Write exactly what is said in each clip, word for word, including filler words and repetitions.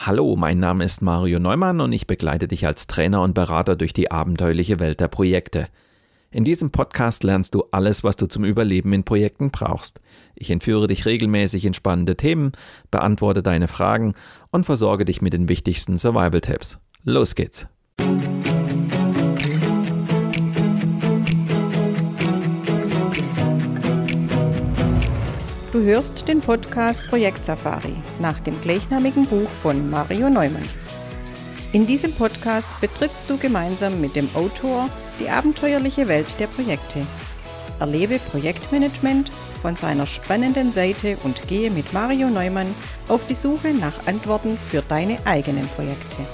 Hallo, mein Name ist Mario Neumann und ich begleite dich als Trainer und Berater durch die abenteuerliche Welt der Projekte. In diesem Podcast lernst du alles, was du zum Überleben in Projekten brauchst. Ich entführe dich regelmäßig in spannende Themen, beantworte deine Fragen und versorge dich mit den wichtigsten Survival-Tipps. Los geht's! Du hörst den Podcast Projekt Safari nach dem gleichnamigen Buch von Mario Neumann. In diesem Podcast betrittst du gemeinsam mit dem Autor die abenteuerliche Welt der Projekte. Erlebe Projektmanagement von seiner spannenden Seite und gehe mit Mario Neumann auf die Suche nach Antworten für deine eigenen Projekte.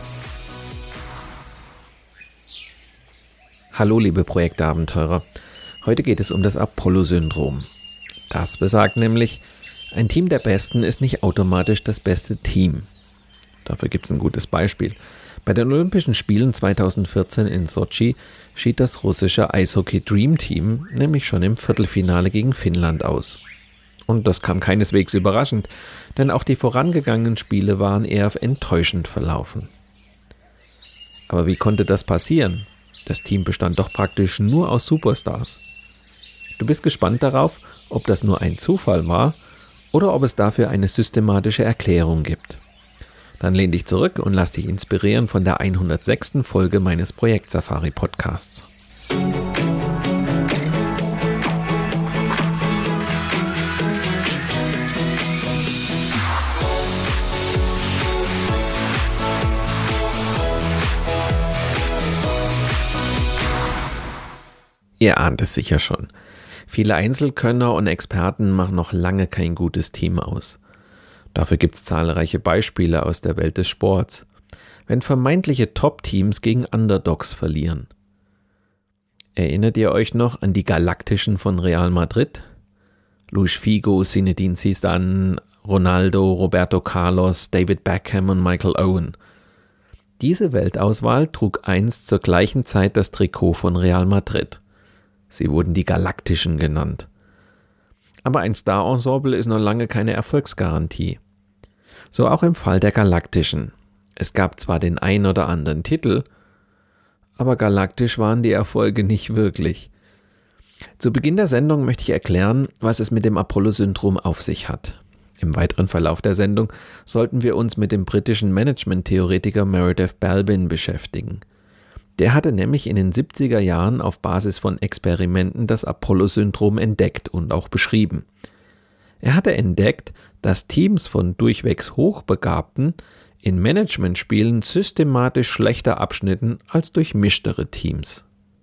Hallo liebe Projektabenteurer, heute geht es um das Apollo-Syndrom. Das besagt nämlich, ein Team der Besten ist nicht automatisch das beste Team. Dafür gibt es ein gutes Beispiel. Bei den Olympischen Spielen zweitausendvierzehn in Sotschi schied das russische Eishockey Dream Team nämlich schon im Viertelfinale gegen Finnland aus. Und das kam keineswegs überraschend, denn auch die vorangegangenen Spiele waren eher enttäuschend verlaufen. Aber wie konnte das passieren? Das Team bestand doch praktisch nur aus Superstars. Du bist gespannt darauf, ob das nur ein Zufall war oder ob es dafür eine systematische Erklärung gibt. Dann lehn dich zurück und lass dich inspirieren von der hundertsechsten Folge meines Projekt Safari Podcasts. Ihr ahnt es sicher schon. Viele Einzelkönner und Experten machen noch lange kein gutes Team aus. Dafür gibt es zahlreiche Beispiele aus der Welt des Sports. Wenn vermeintliche Top-Teams gegen Underdogs verlieren. Erinnert ihr euch noch an die Galaktischen von Real Madrid? Luis Figo, Zinedine Zidane, Ronaldo, Roberto Carlos, David Beckham und Michael Owen. Diese Weltauswahl trug einst zur gleichen Zeit das Trikot von Real Madrid. Sie wurden die Galaktischen genannt. Aber ein Star-Ensemble ist noch lange keine Erfolgsgarantie. So auch im Fall der Galaktischen. Es gab zwar den ein oder anderen Titel, aber galaktisch waren die Erfolge nicht wirklich. Zu Beginn der Sendung möchte ich erklären, was es mit dem Apollo-Syndrom auf sich hat. Im weiteren Verlauf der Sendung sollten wir uns mit dem britischen Management-Theoretiker Meredith Balbin beschäftigen. Der hatte nämlich in den siebziger Jahren auf Basis von Experimenten das Apollo-Syndrom entdeckt und auch beschrieben. Er hatte entdeckt, dass Teams von durchwegs Hochbegabten in Managementspielen systematisch schlechter abschnitten als durchmischtere Teams.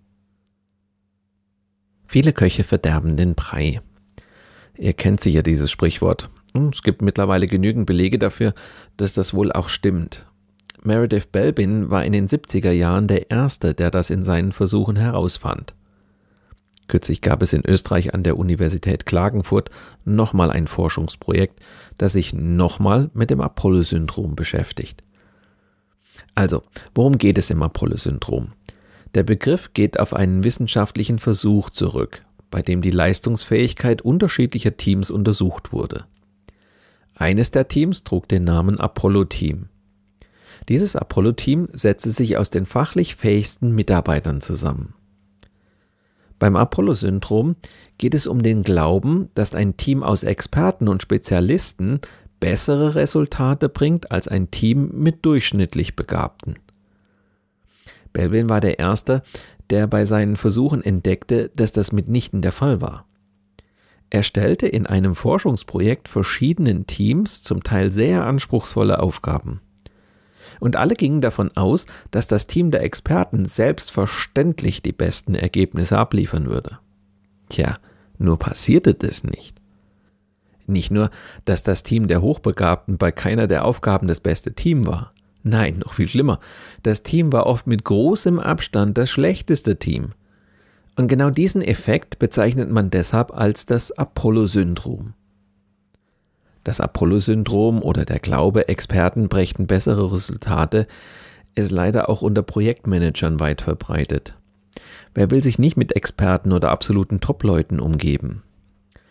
Viele Köche verderben den Brei. Ihr kennt sicher dieses Sprichwort. Es gibt mittlerweile genügend Belege dafür, dass das wohl auch stimmt. Meredith Balbin war in den siebziger Jahren der Erste, der das in seinen Versuchen herausfand. Kürzlich gab es in Österreich an der Universität Klagenfurt nochmal ein Forschungsprojekt, das sich nochmal mit dem Apollo-Syndrom beschäftigt. Also, worum geht es im Apollo-Syndrom? Der Begriff geht auf einen wissenschaftlichen Versuch zurück, bei dem die Leistungsfähigkeit unterschiedlicher Teams untersucht wurde. Eines der Teams trug den Namen Apollo-Team. Dieses Apollo-Team setzte sich aus den fachlich fähigsten Mitarbeitern zusammen. Beim Apollo-Syndrom geht es um den Glauben, dass ein Team aus Experten und Spezialisten bessere Resultate bringt als ein Team mit durchschnittlich Begabten. Balbin war der Erste, der bei seinen Versuchen entdeckte, dass das mitnichten der Fall war. Er stellte in einem Forschungsprojekt verschiedenen Teams zum Teil sehr anspruchsvolle Aufgaben. Und alle gingen davon aus, dass das Team der Experten selbstverständlich die besten Ergebnisse abliefern würde. Tja, nur passierte das nicht. Nicht nur, dass das Team der Hochbegabten bei keiner der Aufgaben das beste Team war. Nein, noch viel schlimmer. Das Team war oft mit großem Abstand das schlechteste Team. Und genau diesen Effekt bezeichnet man deshalb als das Apollo-Syndrom. Das Apollo-Syndrom oder der Glaube, Experten brächten bessere Resultate, ist leider auch unter Projektmanagern weit verbreitet. Wer will sich nicht mit Experten oder absoluten Top-Leuten umgeben?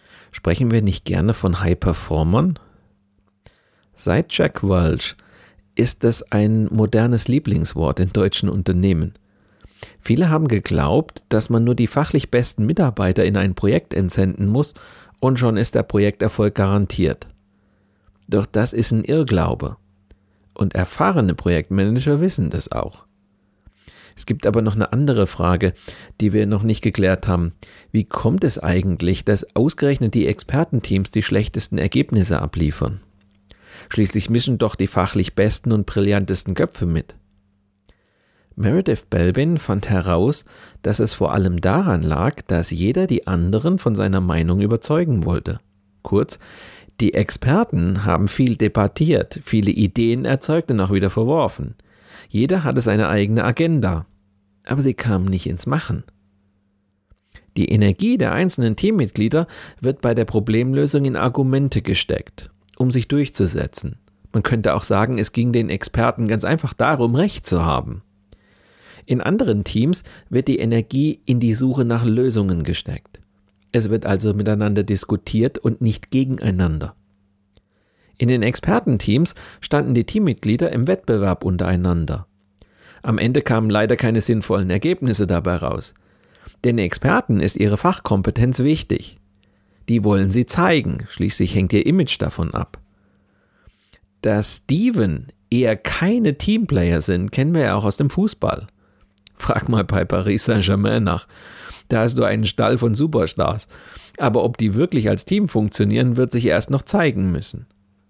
Sprechen wir nicht gerne von High-Performern? Seit Jack Welch ist das ein modernes Lieblingswort in deutschen Unternehmen. Viele haben geglaubt, dass man nur die fachlich besten Mitarbeiter in ein Projekt entsenden muss und schon ist der Projekterfolg garantiert. Doch das ist ein Irrglaube. Und erfahrene Projektmanager wissen das auch. Es gibt aber noch eine andere Frage, die wir noch nicht geklärt haben. Wie kommt es eigentlich, dass ausgerechnet die Expertenteams die schlechtesten Ergebnisse abliefern? Schließlich mischen doch die fachlich besten und brillantesten Köpfe mit. Meredith Belbin fand heraus, dass es vor allem daran lag, dass jeder die anderen von seiner Meinung überzeugen wollte. Kurz, die Experten haben viel debattiert, viele Ideen erzeugt und auch wieder verworfen. Jeder hatte seine eigene Agenda, aber sie kamen nicht ins Machen. Die Energie der einzelnen Teammitglieder wird bei der Problemlösung in Argumente gesteckt, um sich durchzusetzen. Man könnte auch sagen, es ging den Experten ganz einfach darum, Recht zu haben. In anderen Teams wird die Energie in die Suche nach Lösungen gesteckt. Es wird also miteinander diskutiert und nicht gegeneinander. In den Expertenteams standen die Teammitglieder im Wettbewerb untereinander. Am Ende kamen leider keine sinnvollen Ergebnisse dabei raus. Den Experten ist ihre Fachkompetenz wichtig. Die wollen sie zeigen, schließlich hängt ihr Image davon ab. Dass Steven eher keine Teamplayer sind, kennen wir ja auch aus dem Fußball. Frag mal bei Paris Saint-Germain nach. Da hast du einen Stall von Superstars. Aber ob die wirklich als Team funktionieren, wird sich erst noch zeigen müssen.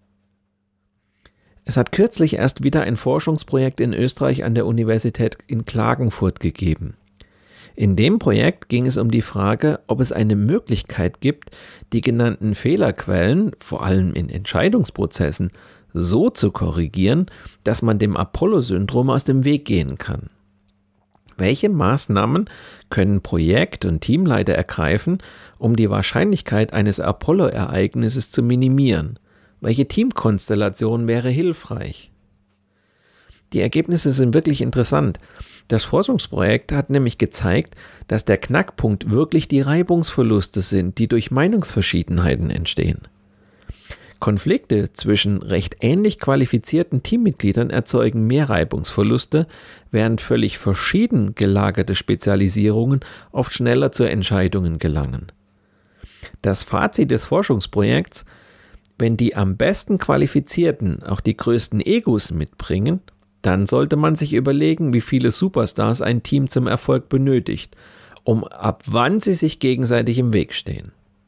Es hat kürzlich erst wieder ein Forschungsprojekt in Österreich an der Universität in Klagenfurt gegeben. In dem Projekt ging es um die Frage, ob es eine Möglichkeit gibt, die genannten Fehlerquellen, vor allem in Entscheidungsprozessen, so zu korrigieren, dass man dem Apollo-Syndrom aus dem Weg gehen kann. Welche Maßnahmen können Projekt- und Teamleiter ergreifen, um die Wahrscheinlichkeit eines Apollo-Ereignisses zu minimieren? Welche Teamkonstellation wäre hilfreich? Die Ergebnisse sind wirklich interessant. Das Forschungsprojekt hat nämlich gezeigt, dass der Knackpunkt wirklich die Reibungsverluste sind, die durch Meinungsverschiedenheiten entstehen. Konflikte zwischen recht ähnlich qualifizierten Teammitgliedern erzeugen mehr Reibungsverluste, während völlig verschieden gelagerte Spezialisierungen oft schneller zu Entscheidungen gelangen. Das Fazit des Forschungsprojekts: Wenn die am besten Qualifizierten auch die größten Egos mitbringen, dann sollte man sich überlegen, wie viele Superstars ein Team zum Erfolg benötigt, um ab wann sie sich gegenseitig im Weg stehen.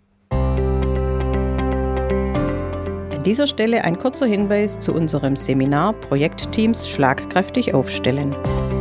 An dieser Stelle ein kurzer Hinweis zu unserem Seminar Projektteams schlagkräftig aufstellen.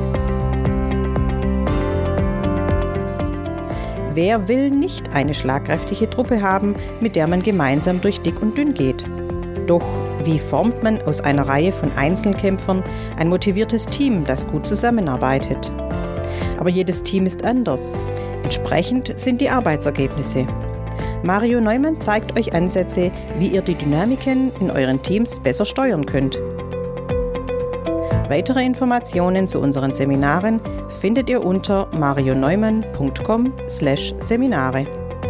Wer will nicht eine schlagkräftige Truppe haben, mit der man gemeinsam durch dick und dünn geht? Doch wie formt man aus einer Reihe von Einzelkämpfern ein motiviertes Team, das gut zusammenarbeitet? Aber jedes Team ist anders. Entsprechend sind die Arbeitsergebnisse. Mario Neumann zeigt euch Ansätze, wie ihr die Dynamiken in euren Teams besser steuern könnt. Weitere Informationen zu unseren Seminaren findet ihr unter marioneumann punkt com slash Seminare.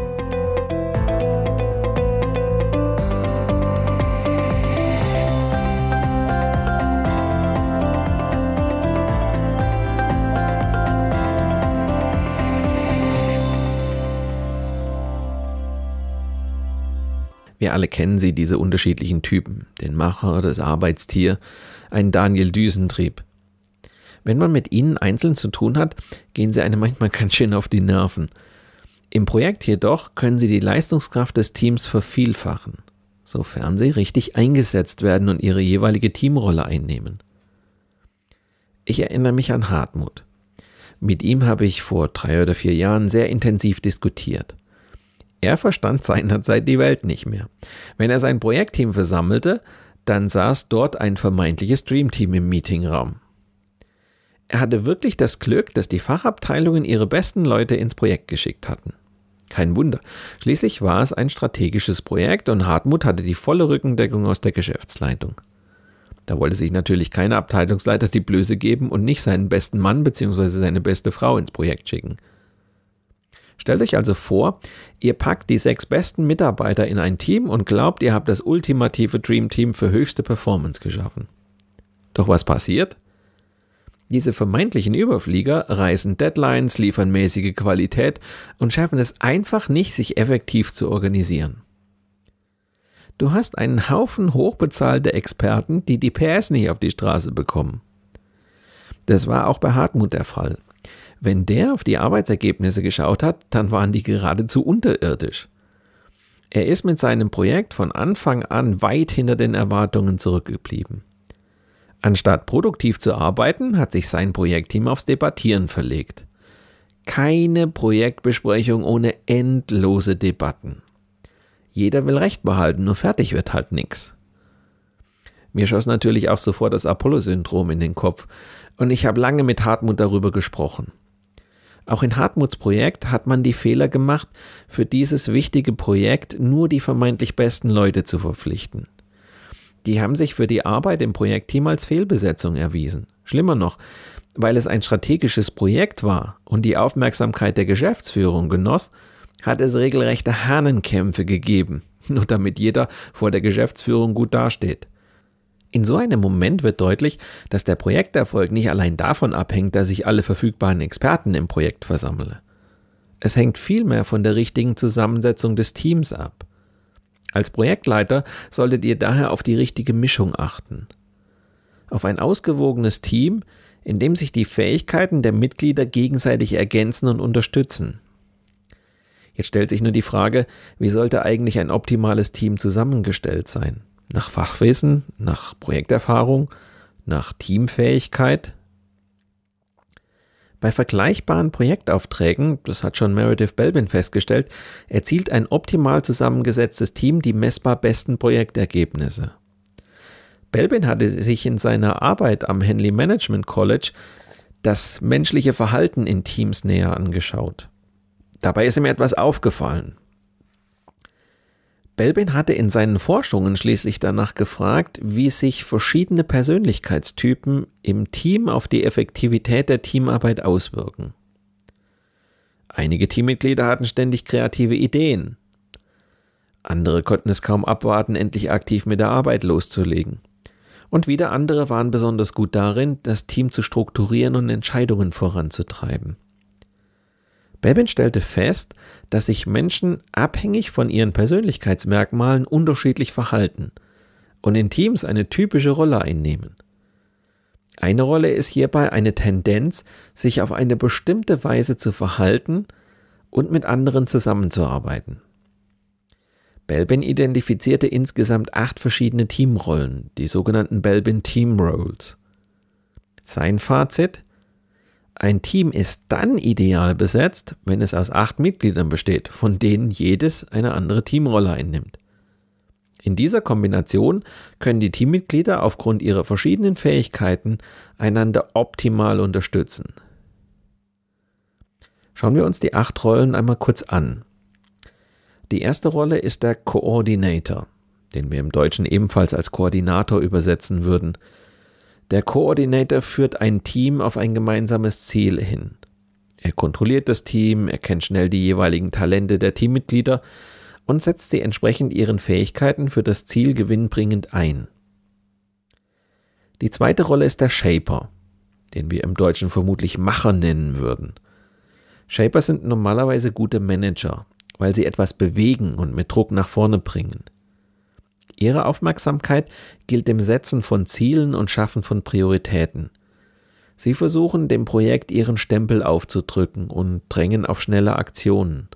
Wir alle kennen sie, diese unterschiedlichen Typen, den Macher, das Arbeitstier, einen Daniel Düsentrieb. Wenn man mit ihnen einzeln zu tun hat, gehen sie einem manchmal ganz schön auf die Nerven. Im Projekt jedoch können sie die Leistungskraft des Teams vervielfachen, sofern sie richtig eingesetzt werden und ihre jeweilige Teamrolle einnehmen. Ich erinnere mich an Hartmut. Mit ihm habe ich vor drei oder vier Jahren sehr intensiv diskutiert. Er verstand seinerzeit die Welt nicht mehr. Wenn er sein Projektteam versammelte, dann saß dort ein vermeintliches Dreamteam im Meetingraum. Er hatte wirklich das Glück, dass die Fachabteilungen ihre besten Leute ins Projekt geschickt hatten. Kein Wunder. Schließlich war es ein strategisches Projekt und Hartmut hatte die volle Rückendeckung aus der Geschäftsleitung. Da wollte sich natürlich kein Abteilungsleiter die Blöße geben und nicht seinen besten Mann bzw. seine beste Frau ins Projekt schicken. Stellt euch also vor, ihr packt die sechs besten Mitarbeiter in ein Team und glaubt, ihr habt das ultimative Dreamteam für höchste Performance geschaffen. Doch was passiert? Diese vermeintlichen Überflieger reißen Deadlines, liefern mäßige Qualität und schaffen es einfach nicht, sich effektiv zu organisieren. Du hast einen Haufen hochbezahlter Experten, die die P S nicht auf die Straße bekommen. Das war auch bei Hartmut der Fall. Wenn der auf die Arbeitsergebnisse geschaut hat, dann waren die geradezu unterirdisch. Er ist mit seinem Projekt von Anfang an weit hinter den Erwartungen zurückgeblieben. Anstatt produktiv zu arbeiten, hat sich sein Projektteam aufs Debattieren verlegt. Keine Projektbesprechung ohne endlose Debatten. Jeder will Recht behalten, nur fertig wird halt nix. Mir schoss natürlich auch sofort das Apollo-Syndrom in den Kopf und ich habe lange mit Hartmut darüber gesprochen. Auch in Hartmuts Projekt hat man die Fehler gemacht, für dieses wichtige Projekt nur die vermeintlich besten Leute zu verpflichten. Die haben sich für die Arbeit im Projektteam als Fehlbesetzung erwiesen. Schlimmer noch, weil es ein strategisches Projekt war und die Aufmerksamkeit der Geschäftsführung genoss, hat es regelrechte Hahnenkämpfe gegeben, nur damit jeder vor der Geschäftsführung gut dasteht. In so einem Moment wird deutlich, dass der Projekterfolg nicht allein davon abhängt, dass ich alle verfügbaren Experten im Projekt versammle. Es hängt vielmehr von der richtigen Zusammensetzung des Teams ab. Als Projektleiter solltet ihr daher auf die richtige Mischung achten. Auf ein ausgewogenes Team, in dem sich die Fähigkeiten der Mitglieder gegenseitig ergänzen und unterstützen. Jetzt stellt sich nur die Frage, wie sollte eigentlich ein optimales Team zusammengestellt sein? Nach Fachwissen, nach Projekterfahrung, nach Teamfähigkeit? Bei vergleichbaren Projektaufträgen, das hat schon Meredith Belbin festgestellt, erzielt ein optimal zusammengesetztes Team die messbar besten Projektergebnisse. Belbin hatte sich in seiner Arbeit am Henley Management College das menschliche Verhalten in Teams näher angeschaut. Dabei ist ihm etwas aufgefallen. Belbin hatte in seinen Forschungen schließlich danach gefragt, wie sich verschiedene Persönlichkeitstypen im Team auf die Effektivität der Teamarbeit auswirken. Einige Teammitglieder hatten ständig kreative Ideen. Andere konnten es kaum abwarten, endlich aktiv mit der Arbeit loszulegen. Und wieder andere waren besonders gut darin, das Team zu strukturieren und Entscheidungen voranzutreiben. Belbin stellte fest, dass sich Menschen abhängig von ihren Persönlichkeitsmerkmalen unterschiedlich verhalten und in Teams eine typische Rolle einnehmen. Eine Rolle ist hierbei eine Tendenz, sich auf eine bestimmte Weise zu verhalten und mit anderen zusammenzuarbeiten. Belbin identifizierte insgesamt acht verschiedene Teamrollen, die sogenannten Belbin Team Roles. Sein Fazit: Ein Team ist dann ideal besetzt, wenn es aus acht Mitgliedern besteht, von denen jedes eine andere Teamrolle einnimmt. In dieser Kombination können die Teammitglieder aufgrund ihrer verschiedenen Fähigkeiten einander optimal unterstützen. Schauen wir uns die acht Rollen einmal kurz an. Die erste Rolle ist der Coordinator, den wir im Deutschen ebenfalls als Koordinator übersetzen würden. Der Coordinator führt ein Team auf ein gemeinsames Ziel hin. Er kontrolliert das Team, er kennt schnell die jeweiligen Talente der Teammitglieder und setzt sie entsprechend ihren Fähigkeiten für das Ziel gewinnbringend ein. Die zweite Rolle ist der Shaper, den wir im Deutschen vermutlich Macher nennen würden. Shaper sind normalerweise gute Manager, weil sie etwas bewegen und mit Druck nach vorne bringen. Ihre Aufmerksamkeit gilt dem Setzen von Zielen und Schaffen von Prioritäten. Sie versuchen, dem Projekt ihren Stempel aufzudrücken und drängen auf schnelle Aktionen.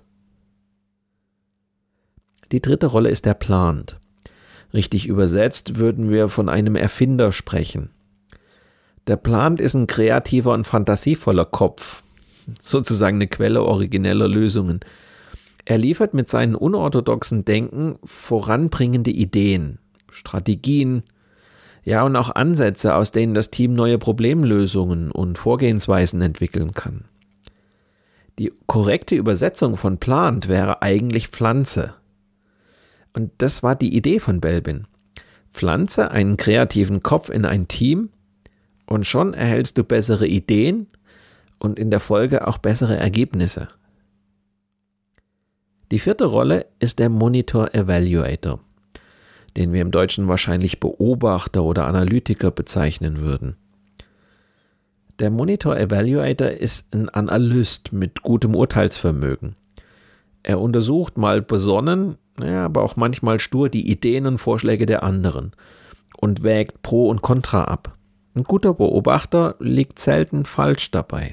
Die dritte Rolle ist der Plant. Richtig übersetzt würden wir von einem Erfinder sprechen. Der Plant ist ein kreativer und fantasievoller Kopf, sozusagen eine Quelle origineller Lösungen. Er liefert mit seinen unorthodoxen Denken voranbringende Ideen, Strategien, ja und auch Ansätze, aus denen das Team neue Problemlösungen und Vorgehensweisen entwickeln kann. Die korrekte Übersetzung von Plant wäre eigentlich Pflanze. Und das war die Idee von Belbin. Pflanze einen kreativen Kopf in ein Team und schon erhältst du bessere Ideen und in der Folge auch bessere Ergebnisse. Die vierte Rolle ist der Monitor Evaluator. den wir im Deutschen wahrscheinlich Beobachter oder Analytiker bezeichnen würden. Der Monitor Evaluator ist ein Analyst mit gutem Urteilsvermögen. Er untersucht mal besonnen, ja, aber auch manchmal stur die Ideen und Vorschläge der anderen und wägt Pro und Contra ab. Ein guter Beobachter liegt selten falsch dabei.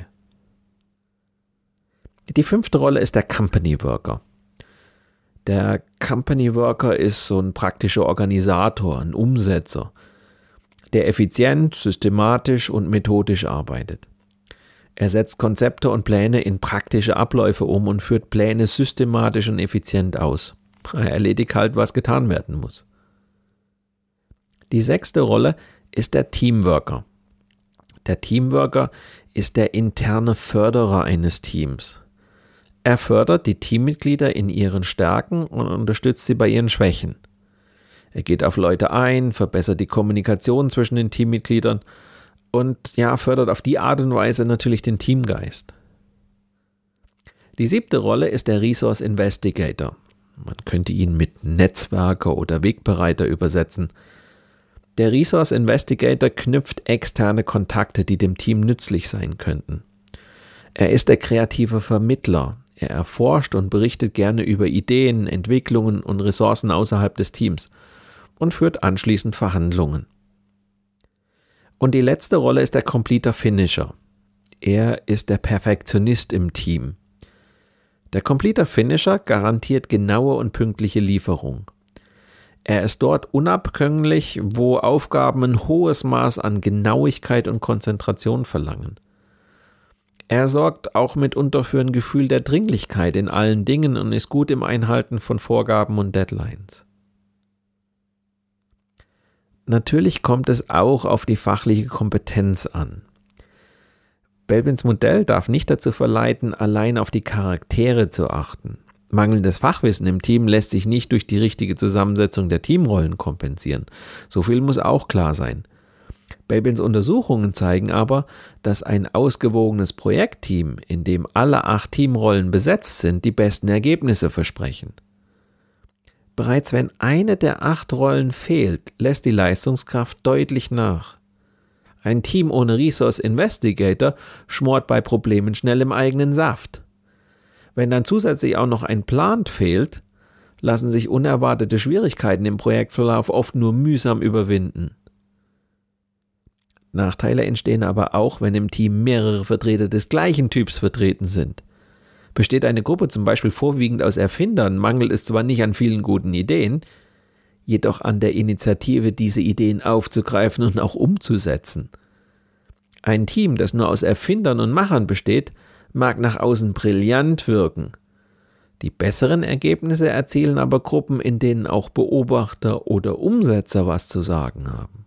Die fünfte Rolle ist der Company Worker. Der Company Worker ist so ein praktischer Organisator, ein Umsetzer, der effizient, systematisch und methodisch arbeitet. Er setzt Konzepte und Pläne in praktische Abläufe um und führt Pläne systematisch und effizient aus. Er erledigt halt, was getan werden muss. Die sechste Rolle ist der Teamworker. Der Teamworker ist der interne Förderer eines Teams. Er fördert die Teammitglieder in ihren Stärken und unterstützt sie bei ihren Schwächen. Er geht auf Leute ein, verbessert die Kommunikation zwischen den Teammitgliedern und ja, fördert auf die Art und Weise natürlich den Teamgeist. Die siebte Rolle ist der Resource Investigator. Man könnte ihn mit Netzwerker oder Wegbereiter übersetzen. Der Resource Investigator knüpft externe Kontakte, die dem Team nützlich sein könnten. Er ist der kreative Vermittler. Er erforscht und berichtet gerne über Ideen, Entwicklungen und Ressourcen außerhalb des Teams und führt anschließend Verhandlungen. Und die letzte Rolle ist der Completer Finisher. Er ist der Perfektionist im Team. Der Completer Finisher garantiert genaue und pünktliche Lieferung. Er ist dort unabkömmlich, wo Aufgaben ein hohes Maß an Genauigkeit und Konzentration verlangen. Er sorgt auch mitunter für ein Gefühl der Dringlichkeit in allen Dingen und ist gut im Einhalten von Vorgaben und Deadlines. Natürlich kommt es auch auf die fachliche Kompetenz an. Belbins Modell darf nicht dazu verleiten, allein auf die Charaktere zu achten. Mangelndes Fachwissen im Team lässt sich nicht durch die richtige Zusammensetzung der Teamrollen kompensieren. So viel muss auch klar sein. Belbins Untersuchungen zeigen aber, dass ein ausgewogenes Projektteam, in dem alle acht Teamrollen besetzt sind, die besten Ergebnisse versprechen. Bereits wenn eine der acht Rollen fehlt, lässt die Leistungskraft deutlich nach. Ein Team ohne Resource Investigator schmort bei Problemen schnell im eigenen Saft. Wenn dann zusätzlich auch noch ein Plan fehlt, lassen sich unerwartete Schwierigkeiten im Projektverlauf oft nur mühsam überwinden. Nachteile entstehen aber auch, wenn im Team mehrere Vertreter des gleichen Typs vertreten sind. Besteht eine Gruppe zum Beispiel vorwiegend aus Erfindern, mangelt es zwar nicht an vielen guten Ideen, jedoch an der Initiative, diese Ideen aufzugreifen und auch umzusetzen. Ein Team, das nur aus Erfindern und Machern besteht, mag nach außen brillant wirken. Die besseren Ergebnisse erzielen aber Gruppen, in denen auch Beobachter oder Umsetzer was zu sagen haben.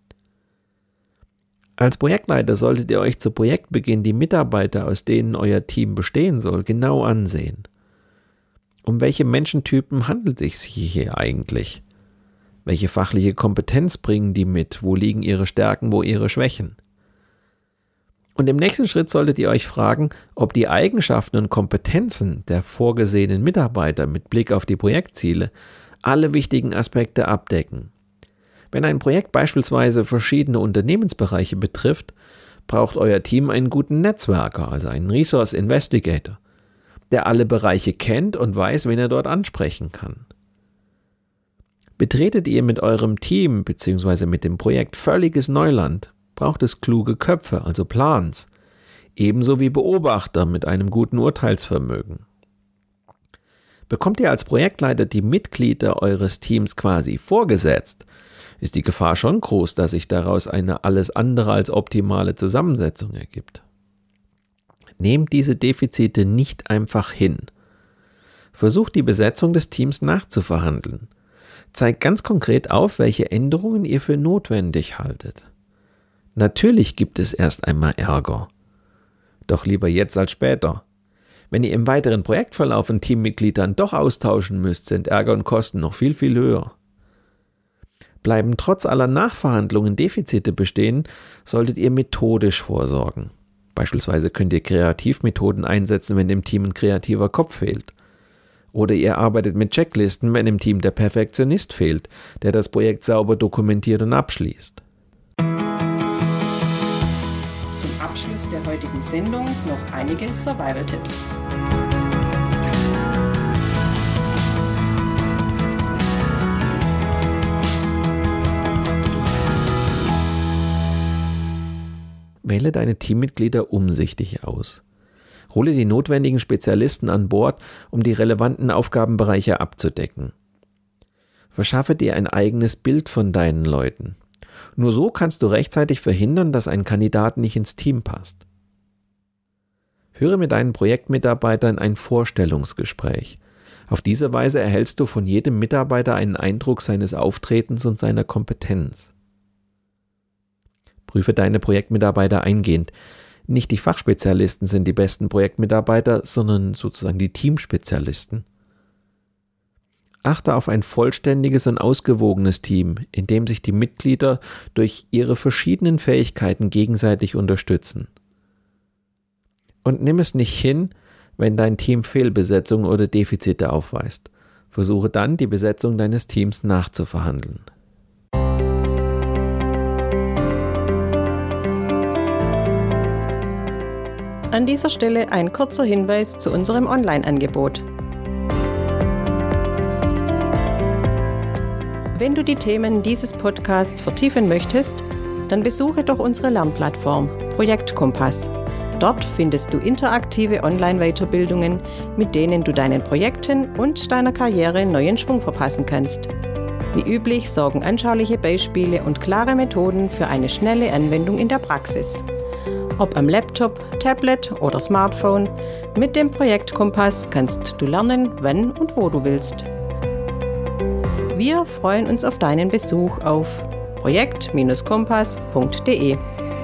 Als Projektleiter solltet ihr euch zu Projektbeginn die Mitarbeiter, aus denen euer Team bestehen soll, genau ansehen. Um welche Menschentypen handelt es sich hier eigentlich? Welche fachliche Kompetenz bringen die mit? Wo liegen ihre Stärken, wo ihre Schwächen? Und im nächsten Schritt solltet ihr euch fragen, ob die Eigenschaften und Kompetenzen der vorgesehenen Mitarbeiter mit Blick auf die Projektziele alle wichtigen Aspekte abdecken. Wenn ein Projekt beispielsweise verschiedene Unternehmensbereiche betrifft, braucht euer Team einen guten Netzwerker, also einen Resource Investigator, der alle Bereiche kennt und weiß, wen er dort ansprechen kann. Betretet ihr mit eurem Team bzw. mit dem Projekt völliges Neuland, braucht es kluge Köpfe, also Plans, ebenso wie Beobachter mit einem guten Urteilsvermögen. Bekommt ihr als Projektleiter die Mitglieder eures Teams quasi vorgesetzt, ist die Gefahr schon groß, dass sich daraus eine alles andere als optimale Zusammensetzung ergibt. Nehmt diese Defizite nicht einfach hin. Versucht die Besetzung des Teams nachzuverhandeln. Zeigt ganz konkret auf, welche Änderungen ihr für notwendig haltet. Natürlich gibt es erst einmal Ärger. Doch lieber jetzt als später. Wenn ihr im weiteren Projektverlauf ein Teammitglied dann doch austauschen müsst, sind Ärger und Kosten noch viel, viel höher. Bleiben trotz aller Nachverhandlungen Defizite bestehen, solltet ihr methodisch vorsorgen. Beispielsweise könnt ihr Kreativmethoden einsetzen, wenn dem Team ein kreativer Kopf fehlt. Oder ihr arbeitet mit Checklisten, wenn im Team der Perfektionist fehlt, der das Projekt sauber dokumentiert und abschließt. Zum Abschluss der heutigen Sendung noch einige Survival-Tipps. Wähle deine Teammitglieder umsichtig aus. Hole die notwendigen Spezialisten an Bord, um die relevanten Aufgabenbereiche abzudecken. Verschaffe dir ein eigenes Bild von deinen Leuten. Nur so kannst du rechtzeitig verhindern, dass ein Kandidat nicht ins Team passt. Führe mit deinen Projektmitarbeitern ein Vorstellungsgespräch. Auf diese Weise erhältst du von jedem Mitarbeiter einen Eindruck seines Auftretens und seiner Kompetenz. Prüfe deine Projektmitarbeiter eingehend. Nicht die Fachspezialisten sind die besten Projektmitarbeiter, sondern sozusagen die Teamspezialisten. Achte auf ein vollständiges und ausgewogenes Team, in dem sich die Mitglieder durch ihre verschiedenen Fähigkeiten gegenseitig unterstützen. Und nimm es nicht hin, wenn dein Team Fehlbesetzungen oder Defizite aufweist. Versuche dann, die Besetzung deines Teams nachzuverhandeln. An dieser Stelle ein kurzer Hinweis zu unserem Online-Angebot. Wenn du die Themen dieses Podcasts vertiefen möchtest, dann besuche doch unsere Lernplattform Projekt Kompass. Dort findest du interaktive Online-Weiterbildungen, mit denen du deinen Projekten und deiner Karriere neuen Schwung verpassen kannst. Wie üblich sorgen anschauliche Beispiele und klare Methoden für eine schnelle Anwendung in der Praxis. Ob am Laptop, Tablet oder Smartphone, mit dem Projekt Kompass kannst du lernen, wann und wo du willst. Wir freuen uns auf deinen Besuch auf projekt kompass punkt de.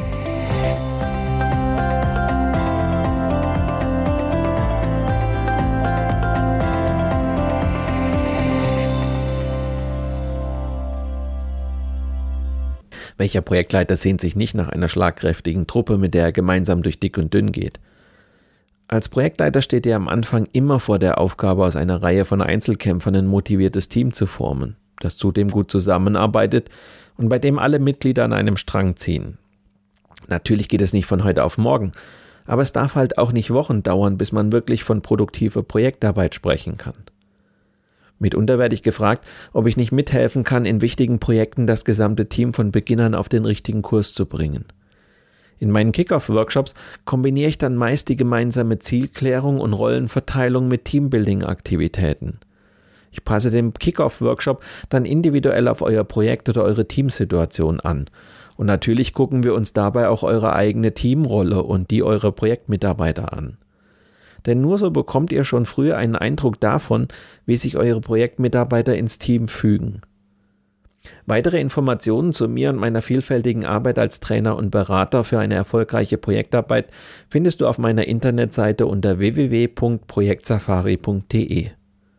Welcher Projektleiter sehnt sich nicht nach einer schlagkräftigen Truppe, mit der er gemeinsam durch dick und dünn geht? Als Projektleiter steht er am Anfang immer vor der Aufgabe, aus einer Reihe von Einzelkämpfern ein motiviertes Team zu formen, das zudem gut zusammenarbeitet und bei dem alle Mitglieder an einem Strang ziehen. Natürlich geht es nicht von heute auf morgen, aber es darf halt auch nicht Wochen dauern, bis man wirklich von produktiver Projektarbeit sprechen kann. Mitunter werde ich gefragt, ob ich nicht mithelfen kann, in wichtigen Projekten das gesamte Team von Beginn an auf den richtigen Kurs zu bringen. In meinen Kick-Off-Workshops kombiniere ich dann meist die gemeinsame Zielklärung und Rollenverteilung mit Teambuilding-Aktivitäten. Ich passe den Kick-Off-Workshop dann individuell auf euer Projekt oder eure Teamsituation an. Und natürlich gucken wir uns dabei auch eure eigene Teamrolle und die eurer Projektmitarbeiter an. Denn nur so bekommt ihr schon früher einen Eindruck davon, wie sich eure Projektmitarbeiter ins Team fügen. Weitere Informationen zu mir und meiner vielfältigen Arbeit als Trainer und Berater für eine erfolgreiche Projektarbeit findest du auf meiner Internetseite unter w w w punkt projektsafari punkt de.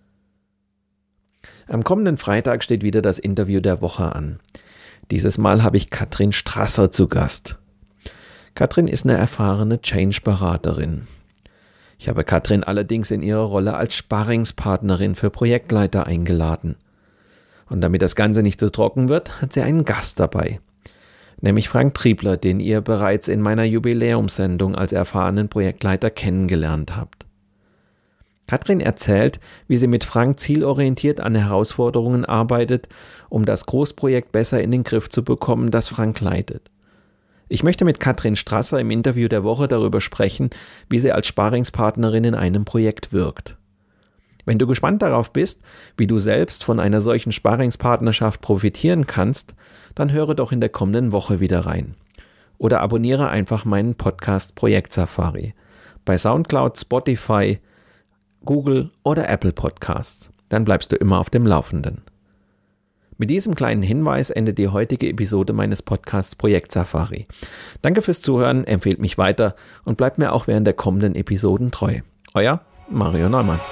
Am kommenden Freitag steht wieder das Interview der Woche an. Dieses Mal habe ich Katrin Strasser zu Gast. Katrin ist eine erfahrene Change-Beraterin. Ich habe Katrin allerdings in ihrer Rolle als Sparringspartnerin für Projektleiter eingeladen. Und damit das Ganze nicht so trocken wird, hat sie einen Gast dabei. Nämlich Frank Triebler, den ihr bereits in meiner Jubiläumssendung als erfahrenen Projektleiter kennengelernt habt. Katrin erzählt, wie sie mit Frank zielorientiert an Herausforderungen arbeitet, um das Großprojekt besser in den Griff zu bekommen, das Frank leitet. Ich möchte mit Katrin Strasser im Interview der Woche darüber sprechen, wie sie als Sparringspartnerin in einem Projekt wirkt. Wenn du gespannt darauf bist, wie du selbst von einer solchen Sparringspartnerschaft profitieren kannst, dann höre doch in der kommenden Woche wieder rein. Oder abonniere einfach meinen Podcast Projekt Safari bei Soundcloud, Spotify, Google oder Apple Podcasts. Dann bleibst du immer auf dem Laufenden. Mit diesem kleinen Hinweis endet die heutige Episode meines Podcasts Projekt Safari. Danke fürs Zuhören, empfehlt mich weiter und bleibt mir auch während der kommenden Episoden treu. Euer Mario Neumann.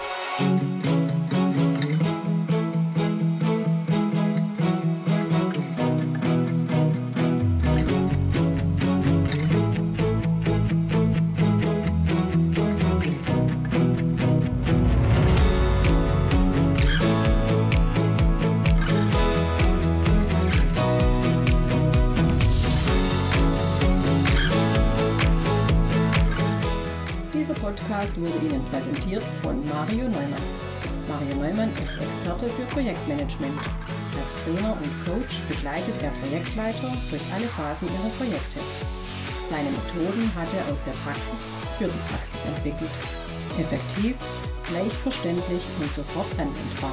Podcast wurde Ihnen präsentiert von Mario Neumann. Mario Neumann ist Experte für Projektmanagement. Als Trainer und Coach begleitet er Projektleiter durch alle Phasen ihrer Projekte. Seine Methoden hat er aus der Praxis für die Praxis entwickelt. Effektiv, leicht verständlich und sofort anwendbar.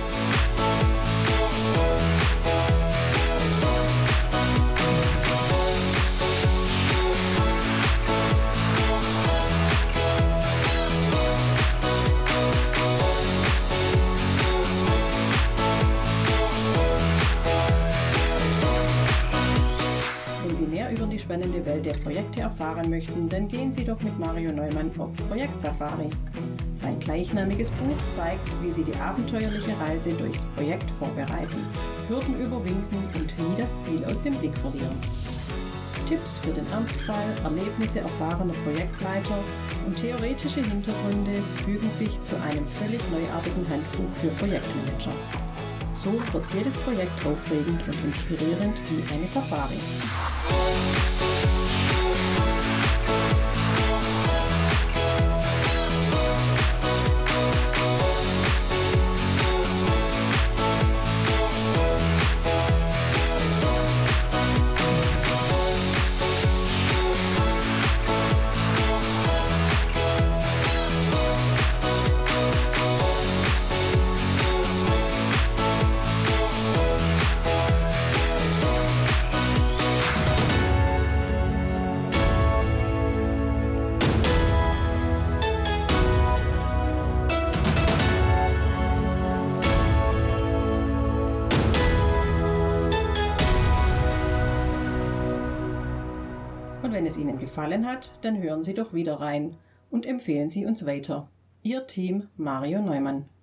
Über die spannende Welt der Projekte erfahren möchten, dann gehen Sie doch mit Mario Neumann auf Projektsafari. Sein gleichnamiges Buch zeigt, wie Sie die abenteuerliche Reise durchs Projekt vorbereiten, Hürden überwinden und nie das Ziel aus dem Blick verlieren. Tipps für den Ernstfall, Erlebnisse erfahrener Projektleiter und theoretische Hintergründe fügen sich zu einem völlig neuartigen Handbuch für Projektmanager. So wird jedes Projekt aufregend und inspirierend wie eine Safari. Und wenn es Ihnen gefallen hat, dann hören Sie doch wieder rein und empfehlen Sie uns weiter. Ihr Team Mario Neumann.